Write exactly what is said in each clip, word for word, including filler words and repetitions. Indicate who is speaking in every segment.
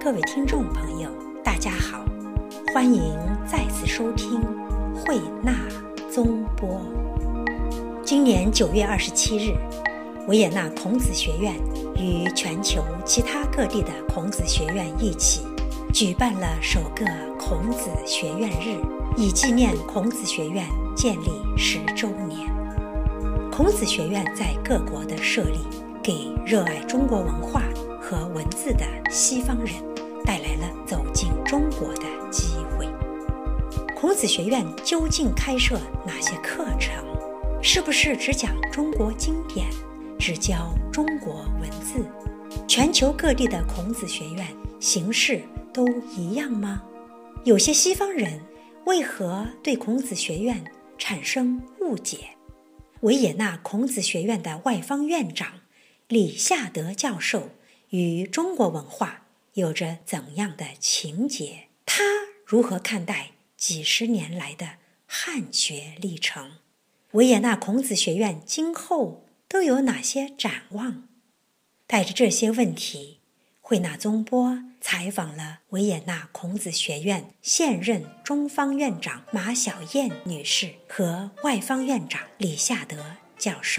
Speaker 1: 各位听众朋友，大家好，欢迎再次收听慧纳综播。今年九月二十七日，维也纳孔子学院与全球其他各地的孔子学院一起举办了首个孔子学院日，以纪念孔子学院建立十周年。孔子学院在各国的设立，给热爱中国文化和文字的西方人带来了走进中国的机会。孔子学院究竟开设哪些课程？是不是只讲中国经典，只教中国文字？全球各地的孔子学院形式都一样吗？有些西方人为何对孔子学院产生误解？维也纳孔子学院的外方院长李夏德教授与中国文化有着怎样的情结？他如何看待几十年来的汉学历程？维也纳孔子学院今后都有哪些展望？带着这些问题，慧纳综播采访了维也纳孔子学院现任中方院长马晓燕女士和外方院长李夏德教授。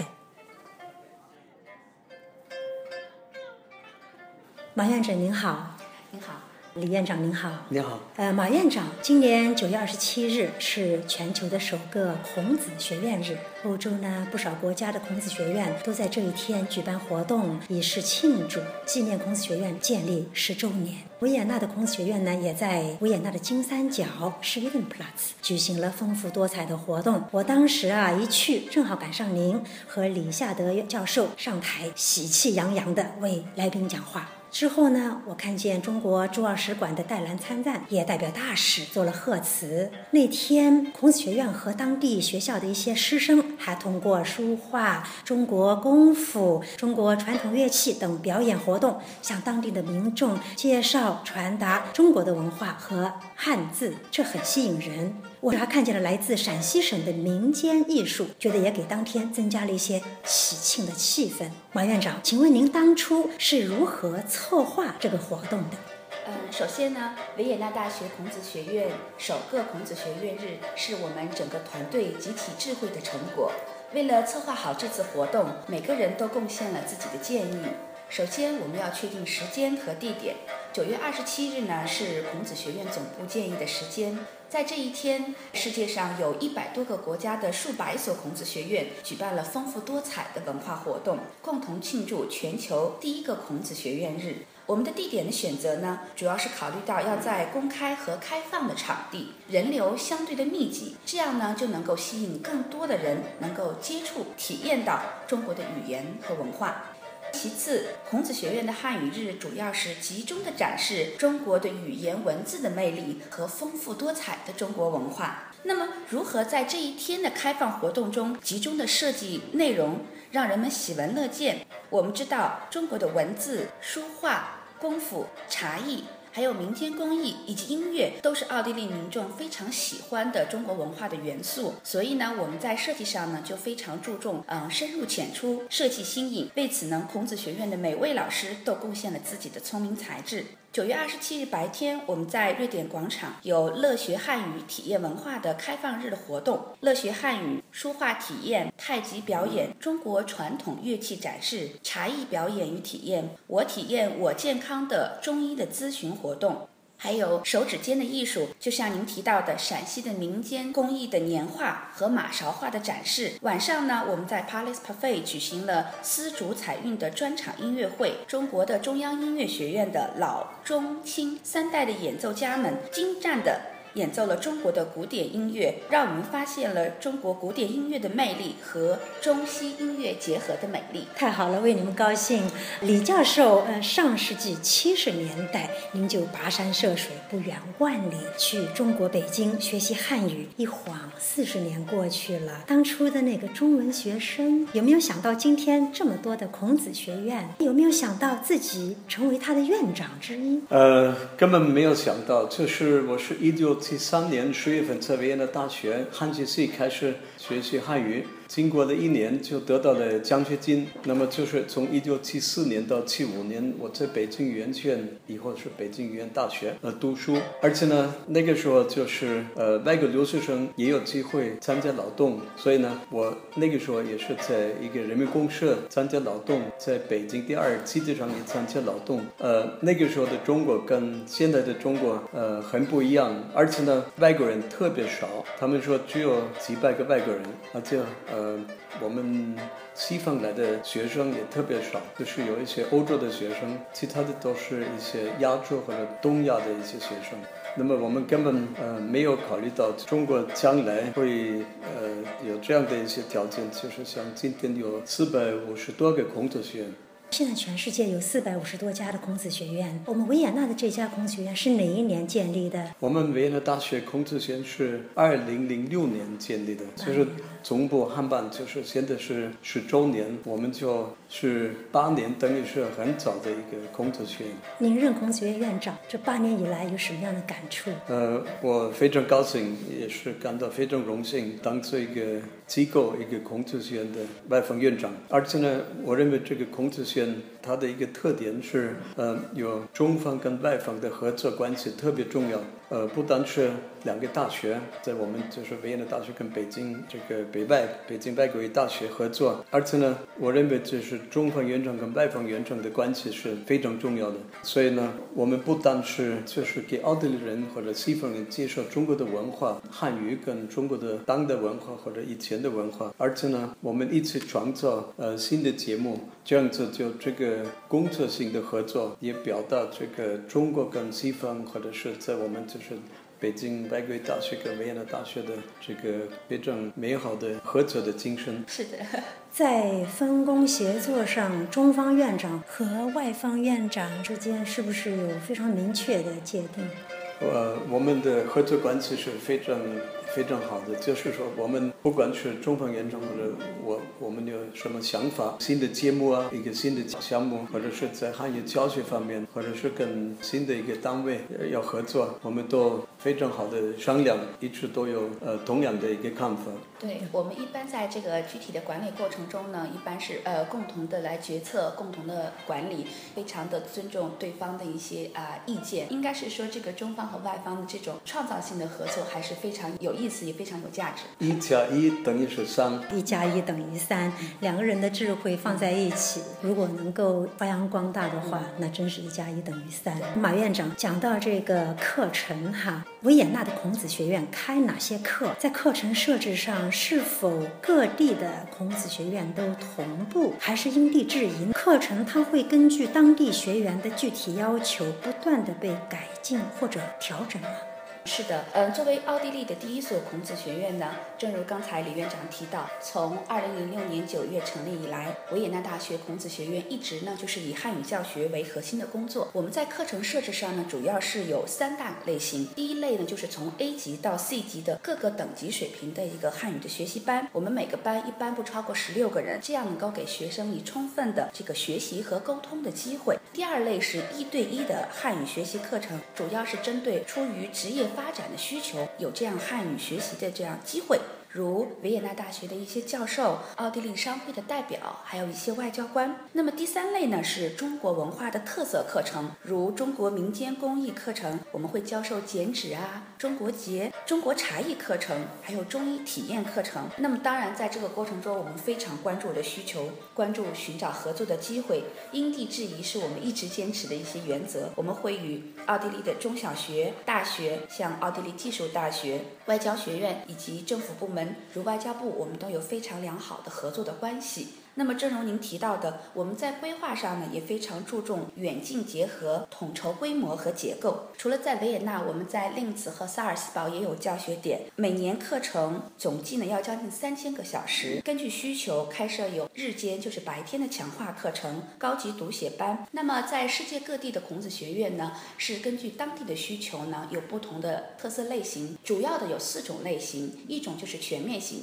Speaker 1: 马院长您好。
Speaker 2: 您好。
Speaker 1: 李院长您好。
Speaker 3: 你好。
Speaker 1: 呃，马院长，今年九月二十七日是全球的首个孔子学院日。欧洲呢，不少国家的孔子学院都在这一天举办活动，以示庆祝，纪念孔子学院建立十周年。维也纳的孔子学院呢，也在维也纳的金三角 Schwedenplatz 举行了丰富多彩的活动。我当时啊一去，正好赶上您和李夏德教授上台，喜气洋洋地为来宾讲话。之后呢，我看见中国驻奥使馆的戴兰参赞也代表大使做了贺词。那天孔子学院和当地学校的一些师生还通过书画、中国功夫、中国传统乐器等表演活动，向当地的民众介绍传达中国的文化和汉字，这很吸引人。我还看见了来自陕西省的民间艺术，觉得也给当天增加了一些喜庆的气氛。马院长，请问您当初是如何策划这个活动的？
Speaker 2: 呃，首先呢，维也纳大学孔子学院首个孔子学院日是我们整个团队集体智慧的成果。为了策划好这次活动，每个人都贡献了自己的建议。首先，我们要确定时间和地点。九月二十七日呢，是孔子学院总部建议的时间。在这一天，世界上有一百多个国家的数百所孔子学院举办了丰富多彩的文化活动，共同庆祝全球第一个孔子学院日。我们的地点的选择呢，主要是考虑到要在公开和开放的场地，人流相对的密集，这样呢就能够吸引更多的人能够接触、体验到中国的语言和文化。其次，孔子学院的汉语日主要是集中的展示中国的语言文字的魅力和丰富多彩的中国文化。那么，如何在这一天的开放活动中集中的设计内容，让人们喜闻乐见？我们知道，中国的文字、书画、功夫、茶艺，还有民间工艺以及音乐，都是奥地利民众非常喜欢的中国文化的元素。所以呢，我们在设计上呢就非常注重嗯深入浅出，设计新颖。为此呢，孔子学院的每位老师都贡献了自己的聪明才智。九月二十七日白天，我们在瑞典广场有乐学汉语体验文化的开放日的活动，乐学汉语、书画体验、太极表演、中国传统乐器展示、茶艺表演与体验、我体验我健康的中医的咨询活动，还有手指间的艺术，就像您提到的陕西的民间工艺的年画和马勺画的展示。晚上呢，我们在 Palace Parfait 举行了丝竹彩韵的专场音乐会，中国的中央音乐学院的老中青三代的演奏家们精湛的演奏了中国的古典音乐，让我们发现了中国古典音乐的魅力和中西音乐结合的美丽。
Speaker 1: 太好了，为你们高兴。李教授，呃，上世纪七十年代，您就跋山涉水，不远万里去中国北京学习汉语。一晃四十年过去了，当初的那个中文学生，有没有想到今天这么多的孔子学院？有没有想到自己成为他的院长之一？
Speaker 3: 呃，根本没有想到，就是我是一九七三年十月份在维也纳大学汉学系开始学习汉语， 经过了一年就得到了奖学金。那么就是从一九七四年到七五年，我在北京语言学院，以后是北京语言大学呃读书，而且呢那个时候就是呃外国留学生也有机会参加劳动，所以呢我那个时候也是在一个人民公社参加劳动，在北京第二机制上也参加劳动。呃那个时候的中国跟现在的中国呃很不一样，而且呢外国人特别少，他们说只有几百个外国人，而且呃我们西方来的学生也特别少，就是有一些欧洲的学生，其他的都是一些亚洲或者东亚的一些学生。那么我们根本呃没有考虑到中国将来会呃有这样的一些条件，就是像今天有四百五十多个孔子学院。
Speaker 1: 现在全世界有四百五十多家的孔子学院，我们维也纳的这家孔子学院是哪一年建立的？
Speaker 3: 我们维也纳大学孔子学院是二零零六年建立的，就是总部汉办，就是现在是十周年，我们就是八年，等于是很早的一个孔子学院。
Speaker 1: 您任孔子学院院长，这八年以来有什么样的感触？
Speaker 3: 呃，我非常高兴，也是感到非常荣幸，当做一个机构一个孔子学院的外方院长。而且呢，我认为这个孔子学院它的一个特点是，呃，有中方跟外方的合作关系特别重要。呃，不单是两个大学，在我们就是维也纳大学跟北京这个北外北京外国语大学合作，而且呢，我认为这是中方院长跟外方院长的关系是非常重要的。所以呢，我们不单是就是给奥地利人或者西方人介绍中国的文化，汉语跟中国的当代文化或者以前的文化，而且呢，我们一起创造呃新的节目，这样子就这个工作性的合作，也表达这个中国跟西方或者是在我们就是北京外国语大学跟维也纳大学的这个非常美好的合作的精神。
Speaker 2: 是的，
Speaker 1: 在分工协作上，中方院长和外方院长之间是不是有非常明确的界定？
Speaker 3: 呃，我们的合作关系是非常非常好的，就是说我们不管是中方院长或者我我们有什么想法，新的节目啊，一个新的项目，或者是在汉语教学方面，或者是跟新的一个单位要合作，我们都非常好的商量，一直都有呃同样的一个看法。
Speaker 2: 对，我们一般在这个具体的管理过程中呢，一般是呃共同的来决策，共同的管理，非常的尊重对方的一些啊、呃、意见。应该是说这个中方和外方的这种创造性的合作还是非常有意思，也非常有价值。
Speaker 3: 一加一等于是三，
Speaker 1: 一加一等于三，两个人的智慧放在一起，如果能够发扬光大的话，那真是一加一等于三。马院长讲到这个课程哈，维也纳的孔子学院开哪些课？在课程设置上，是否各地的孔子学院都同步，还是因地制宜？课程它会根据当地学员的具体要求，不断的被改进或者调整吗？
Speaker 2: 是的，嗯，作为奥地利的第一所孔子学院呢，正如刚才李院长提到，从二零零六年九月成立以来，维也纳大学孔子学院一直呢就是以汉语教学为核心的工作。我们在课程设置上呢，主要是有三大类型。第一类呢，就是从 A 级到 C 级的各个等级水平的一个汉语的学习班，我们每个班一般不超过十六个人，这样能够给学生以充分的这个学习和沟通的机会。第二类是一对一的汉语学习课程，主要是针对出于职业发展的需求，有这样汉语学习的这样机会，如维也纳大学的一些教授、奥地利商会的代表，还有一些外交官。那么第三类呢，是中国文化的特色课程，如中国民间工艺课程，我们会教授剪纸啊、中国结、中国茶艺课程，还有中医体验课程。那么当然在这个过程中，我们非常关注的需求，关注寻找合作的机会，因地制宜是我们一直坚持的一些原则。我们会与奥地利的中小学、大学，像奥地利技术大学、外交学院以及政府部门如外交部，我们都有非常良好的合作的关系。那么正如您提到的，我们在规划上呢也非常注重远近结合、统筹规模和结构。除了在维也纳，我们在令茨和萨尔斯堡也有教学点，每年课程总计呢要将近三千个小时。根据需求开设有日间就是白天的强化课程、高级读写班。那么在世界各地的孔子学院呢，是根据当地的需求呢有不同的特色类型，主要的有四种类型，一种就是全面型的。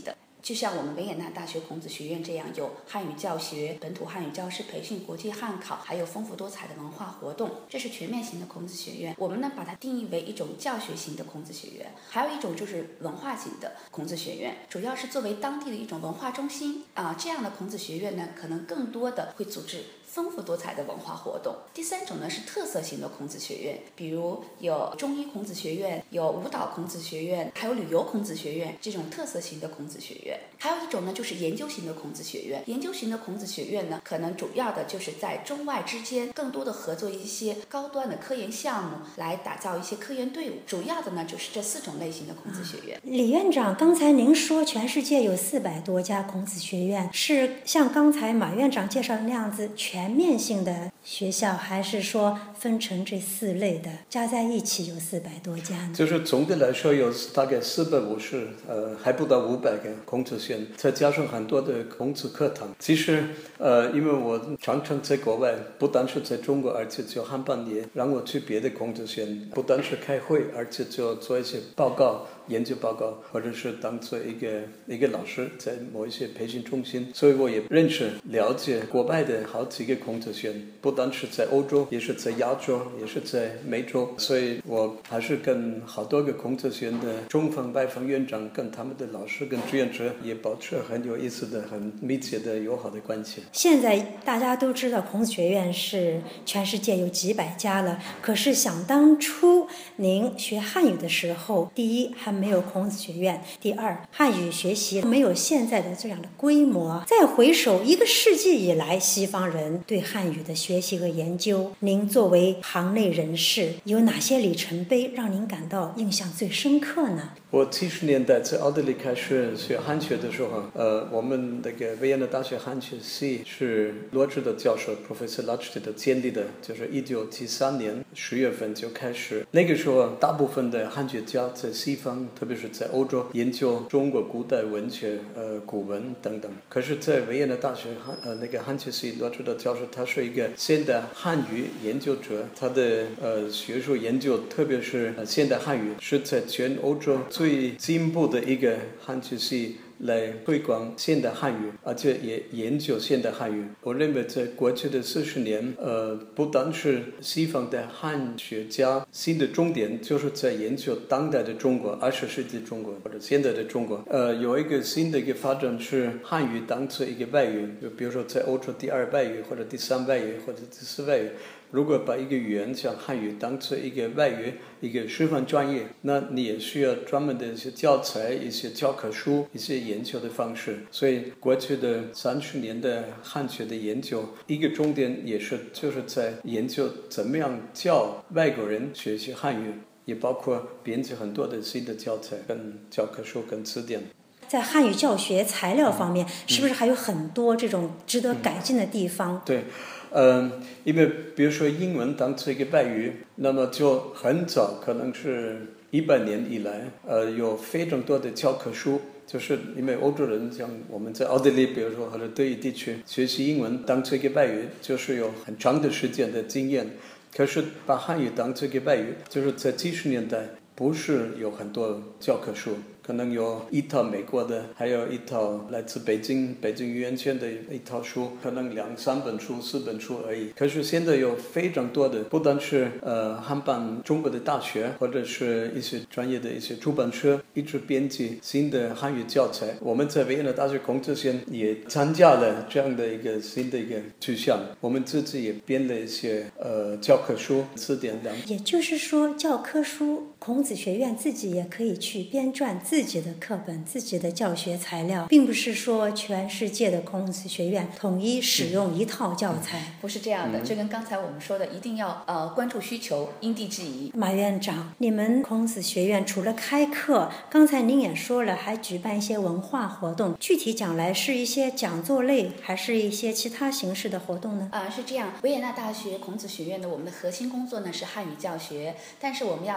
Speaker 2: 就像我们维也纳大学孔子学院这样，有汉语教学、本土汉语教师培训、国际汉考，还有丰富多彩的文化活动，这是全面型的孔子学院。我们呢把它定义为一种教学型的孔子学院，还有一种就是文化型的孔子学院，主要是作为当地的一种文化中心啊。这样的孔子学院呢，可能更多的会组织丰富多彩的文化活动。第三种呢是特色型的孔子学院，比如有中医孔子学院，有舞蹈孔子学院，还有旅游孔子学院，这种特色型的孔子学院。还有一种呢就是研究型的孔子学院，研究型的孔子学院呢，可能主要的就是在中外之间更多的合作一些高端的科研项目，来打造一些科研队伍。主要的呢就是这四种类型的孔子学院。
Speaker 1: 李院长，刚才您说全世界有四百多家孔子学院，是像刚才马院长介绍的那样子全面性的学校，还是说分成这四类的加在一起有四百多家呢？
Speaker 3: 就是总的来说有大概四百五十呃还不到五百个孔子学院，再加上很多的孔子课堂。其实呃因为我常常在国外，不单是在中国，而且就汉办也让我去别的孔子学院，不单是开会，而且就做一些报告、研究报告，或者是当做一个一个老师在某一些培训中心，所以我也认识了解国外的好几个孔子学院，不单是在欧洲，也是在亚洲，也是在美洲，所以我还是跟好多个孔子学院的中方外方院长跟他们的老师跟志愿者也保持很有意思的、很密切的友好的关系。
Speaker 1: 现在大家都知道孔子学院是全世界有几百家了，可是想当初您学汉语的时候，第一还没有孔子学院，第二汉语学习没有现在的这样的规模。再回首一个世纪以来，西方人对汉语的学习和研究，您作为行内人士，有哪些里程碑让您感到印象最深刻呢？
Speaker 3: 我七十年代在奥地利开始学汉学的时候，呃，我们那个维也纳大学汉学系是罗指导教授 Professor Lachty 的建立的，就是一九七三年十月份就开始。那个时候，大部分的汉学家在西方，特别是在欧洲研究中国古代文学、呃古文等等。可是，在维也纳大学汉呃那个汉学系罗指导教授，他是一个现代汉语研究者，他的呃学术研究，特别是、呃、现代汉语，是在全欧洲最进步的一个汉学系来推广现代汉语，而且也研究现代汉语。我认为在过去的四十年，呃，不单是西方的汉学家，新的重点就是在研究当代的中国，二十世纪中国或者现代的中国。呃，有一个新的一个发展是汉语当做一个外语，就比如说在欧洲第二外语或者第三外语或者第四外语。如果把一个语言像汉语当做一个外语、一个师范专业，那你也需要专门的一些教材、一些教科书、一些研究的方式。所以过去的三十年的汉学的研究，一个重点也是就是在研究怎么样教外国人学习汉语，也包括编辑很多的新的教材、跟教科书、跟词典。
Speaker 1: 在汉语教学材料方面，是不是还有很多这种值得改进的地方？
Speaker 3: 嗯、对。嗯，因为比如说英文当做一个外语，那么就很早，可能是一百年以来，呃，有非常多的教科书，就是因为欧洲人像我们在奥地利，比如说或者德语地区学习英文当做一个外语，就是有很长的时间的经验。可是把汉语当做一个外语，就是在七十年代不是有很多教科书。可能有一套美国的，还有一套来自北京北京语言圈的一套书，可能两三本书、四本书而已。可是现在有非常多的，不单是呃汉办中国的大学，或者是一些专业的一些出版社，一直编辑新的汉语教材。我们在维也纳大学孔子学院也参加了这样的一个新的一个趋向，我们自己也编了一些呃教科书、词典等。
Speaker 1: 也就是说，教科书孔子学院自己也可以去编撰自己的课本、自己的教学材料，并不是说全世界的孔子学院统一使用一套教材。
Speaker 2: 不是这样的，这跟刚才我们说的一定要呃关注需求，因地制宜。
Speaker 1: 马院长，你们孔子学院除了开课，刚才您也说了，还举办一些文化活动，具体讲来是一些讲座类，还是一些其他形式的活动呢？
Speaker 2: 啊、呃，是这样。维也纳大学孔子学院的我们的核心工作呢是汉语教学，但是我们要介绍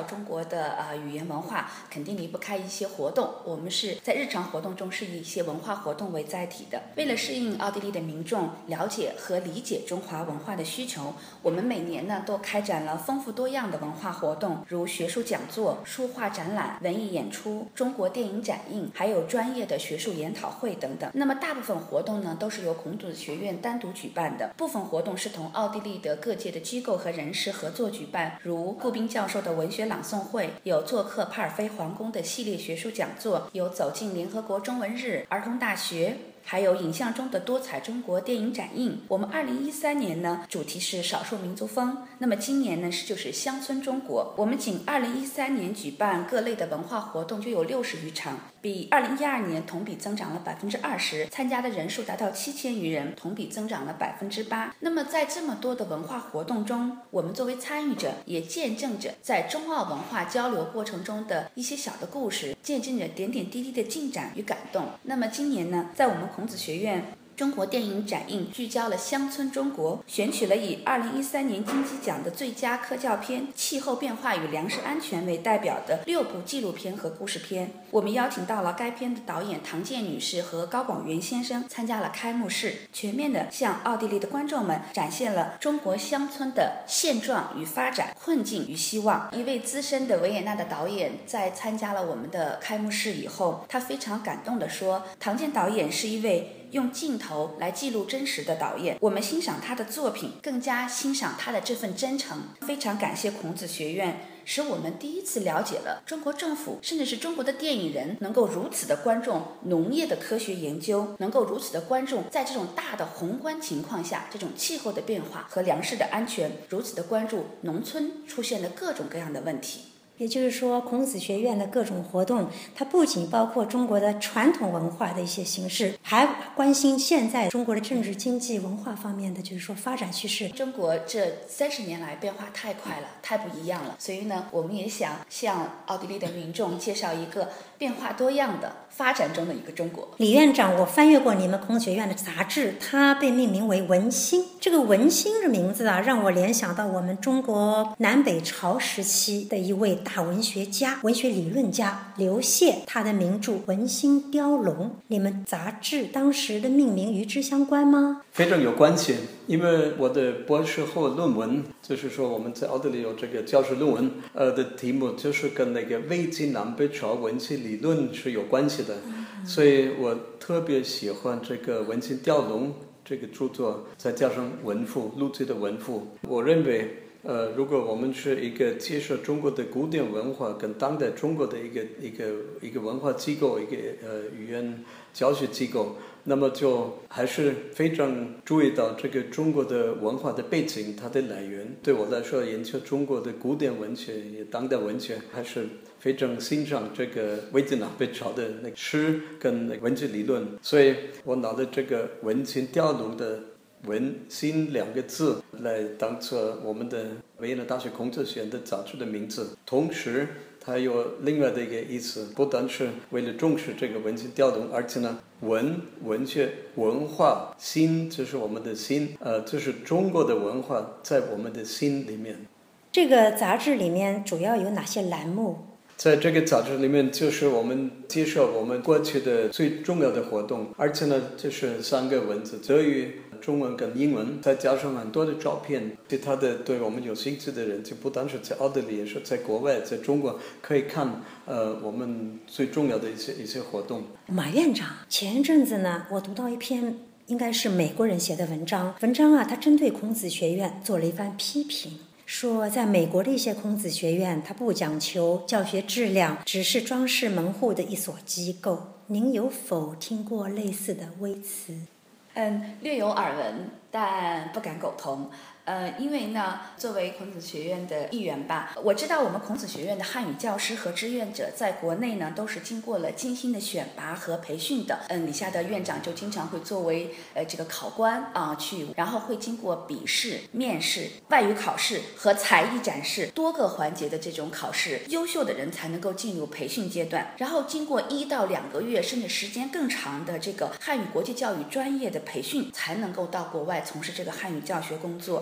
Speaker 2: 中国的呃语言文化，肯定离不开一些活动。我们是在日常活动中是以一些文化活动为载体的。为了适应奥地利的民众了解和理解中华文化的需求，我们每年呢都开展了丰富多样的文化活动，如学术讲座、书画展览、文艺演出、中国电影展映，还有专业的学术研讨会等等。那么大部分活动呢都是由孔子学院单独举办的，部分活动是同奥地利的各界的机构和人士合作举办，如顾彬教授的文学朗诵会，有做客帕尔菲皇宫的系列学术讲座，有走进联合国中文日、儿童大学，还有影像中的多彩中国电影展映。我们二零一三年呢主题是少数民族风，那么今年呢是就是乡村中国。我们仅二零一三年举办各类的文化活动就有六十余场，比二零一二年同比增长了百分之二十，参加的人数达到七千余人，同比增长了百分之八。那么在这么多的文化活动中，我们作为参与者，也见证着在中澳文化交流过程中的一些小的故事，见证着点点滴滴的进展与感动。那么今年呢，在我们孔子学院中国电影展映聚焦了乡村中国，选取了以二零一三年金鸡奖的最佳科教片《气候变化与粮食安全》为代表的六部纪录片和故事片。我们邀请到了该片的导演唐健女士和高广元先生参加了开幕式，全面的向奥地利的观众们展现了中国乡村的现状与发展、困境与希望。一位资深的维也纳的导演在参加了我们的开幕式以后，他非常感动地说，唐健导演是一位用镜头来记录真实的导演，我们欣赏他的作品，更加欣赏他的这份真诚。非常感谢孔子学院，使我们第一次了解了中国政府甚至是中国的电影人能够如此的关注农业的科学研究，能够如此的关注在这种大的宏观情况下这种气候的变化和粮食的安全，如此的关注农村出现的各种各样的问题。
Speaker 1: 也就是说，孔子学院的各种活动，它不仅包括中国的传统文化的一些形式，还关心现在中国的政治、经济、文化方面的，就是说发展趋势。
Speaker 2: 中国这三十年来变化太快了，太不一样了，所以呢，我们也想向奥地利的民众介绍一个变化多样的发展中的一个中国。
Speaker 1: 李院长，我翻阅过你们孔子学院的杂志，它被命名为文心。这个文心的名字啊，让我联想到我们中国南北朝时期的一位大文学家、文学理论家刘燮，他的名著《文心雕龙》，你们杂志当时的命名与之相关吗？
Speaker 3: 非常有关系，因为我的博士后论文，就是说我们在奥地利有这个教授论文，呃的题目就是跟那个魏晋南北朝文学理论是有关系的，所以我特别喜欢这个《文心雕龙》这个著作，再加上文赋，陆机的文赋，我认为。呃，如果我们是一个介绍中国的古典文化跟当代中国的一个一个一个文化机构，一个呃语言教学机构，那么就还是非常注意到这个中国的文化的背景，它的来源。对我来说，研究中国的古典文学、也当代文学，还是非常欣赏这个魏晋南北朝的那个诗跟那个文学理论，所以我拿了这个文心雕龙的文心两个字来当做我们的维也纳大学孔子学院的杂志的名字，同时它有另外的一个意思，不单是为了重视这个文心雕龙，而且呢，文文学文化心就是我们的心，呃，就是中国的文化在我们的心里面。
Speaker 1: 这个杂志里面主要有哪些栏目？
Speaker 3: 在这个杂志里面，就是我们介绍我们过去的最重要的活动，而且呢，就是三个文字：德语、中文跟英文，再加上很多的照片。其他的对我们有兴趣的人，就不单是在奥地利，也是在国外，在中国可以看呃我们最重要的一些一些活动。
Speaker 1: 马院长，前一阵子呢，我读到一篇应该是美国人写的文章，文章啊，他针对孔子学院做了一番批评。说在美国的一些孔子学院，它不讲求教学质量，只是装饰门户的一所机构。您有否听过类似的微词？
Speaker 2: 嗯，略有耳闻，但不敢苟同。呃，因为呢，作为孔子学院的一员吧，我知道我们孔子学院的汉语教师和志愿者在国内呢都是经过了精心的选拔和培训的。嗯，李夏的院长就经常会作为呃这个考官啊、呃、去，然后会经过笔试、面试、外语考试和才艺展示多个环节的这种考试，优秀的人才能够进入培训阶段，然后经过一到两个月甚至时间更长的这个汉语国际教育专业的培训，才能够到国外从事这个汉语教学工作。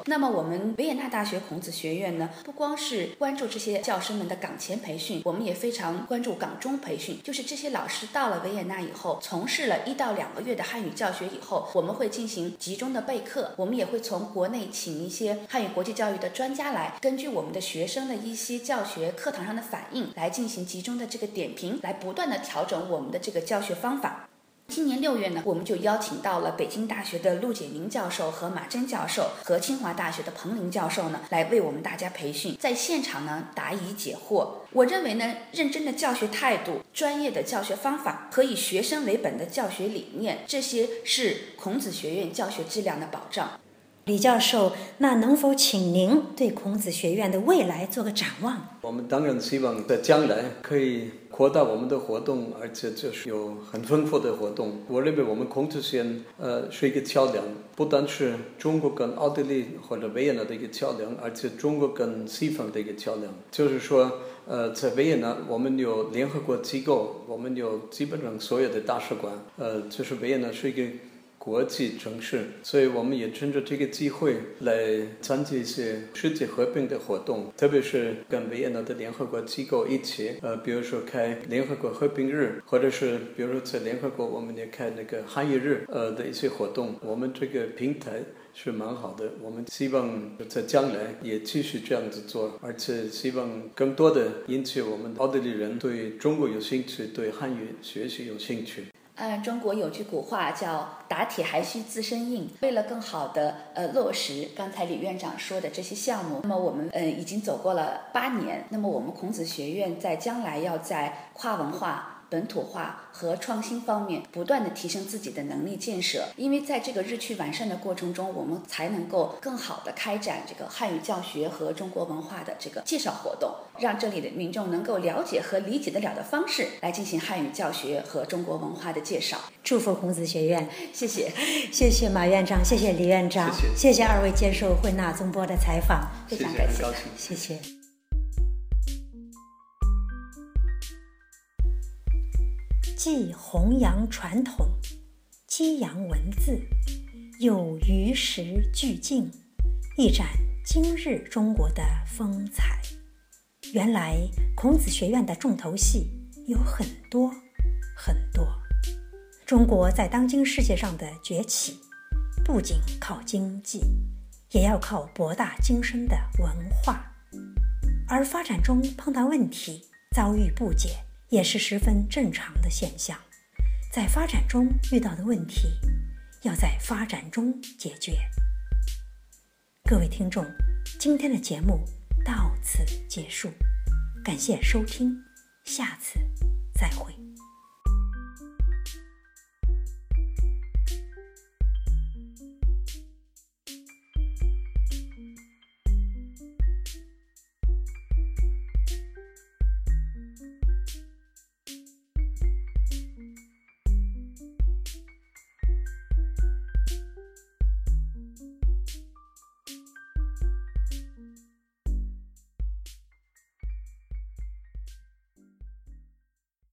Speaker 2: 那么我们维也纳大学孔子学院呢，不光是关注这些教师们的岗前培训，我们也非常关注岗中培训，就是这些老师到了维也纳以后，从事了一到两个月的汉语教学以后，我们会进行集中的备课，我们也会从国内请一些汉语国际教育的专家来，根据我们的学生的一些教学课堂上的反应来进行集中的这个点评，来不断的调整我们的这个教学方法。今年六月呢，我们就邀请到了北京大学的陆简明教授和马珍教授，和清华大学的彭林教授呢，来为我们大家培训，在现场呢答疑解惑。我认为呢，认真的教学态度、专业的教学方法和以学生为本的教学理念，这些是孔子学院教学质量的保障。
Speaker 1: 李教授，那能否请您对孔子学院的未来做个展望？
Speaker 3: 我们当然希望在将来可以扩大我们的活动，而且就是有很丰富的活动。我认为我们孔子学院呃是一个桥梁，不单是中国跟奥地利或者维也纳的一个桥梁，而且中国跟西方的一个桥梁。就是说呃，在维也纳我们有联合国机构，我们有基本上所有的大使馆，呃，就是维也纳是一个国际城市，所以我们也趁着这个机会来参加一些世界和平的活动，特别是跟维也纳的联合国机构一起，呃，比如说开联合国和平日，或者是比如说在联合国我们也开那个汉语日，呃的一些活动。我们这个平台是蛮好的，我们希望在将来也继续这样子做，而且希望更多的引起我们奥地利人对中国有兴趣，对汉语学习有兴趣。
Speaker 2: 嗯，中国有句古话叫打铁还需自身硬。为了更好的呃落实刚才李院长说的这些项目，那么我们呃已经走过了八年。那么我们孔子学院在将来要在跨文化、本土化和创新方面不断的提升自己的能力建设，因为在这个日趋完善的过程中，我们才能够更好的开展这个汉语教学和中国文化的这个介绍活动，让这里的民众能够了解和理解得了的方式来进行汉语教学和中国文化的介绍。
Speaker 1: 祝福孔子学院，
Speaker 2: 谢谢，
Speaker 1: 谢谢马院长，谢谢李院长，
Speaker 3: 谢谢，
Speaker 1: 谢谢二位接受慧纳综播的采访，
Speaker 2: 非常感谢，
Speaker 1: 谢谢。既弘扬传统，激扬文字，又与时俱进，一展今日中国的风采。原来孔子学院的重头戏有很多很多。中国在当今世界上的崛起，不仅靠经济，也要靠博大精深的文化。而发展中碰到问题，遭遇不解，也是十分正常的现象。在发展中遇到的问题，要在发展中解决。各位听众，今天的节目到此结束，感谢收听，下次再会。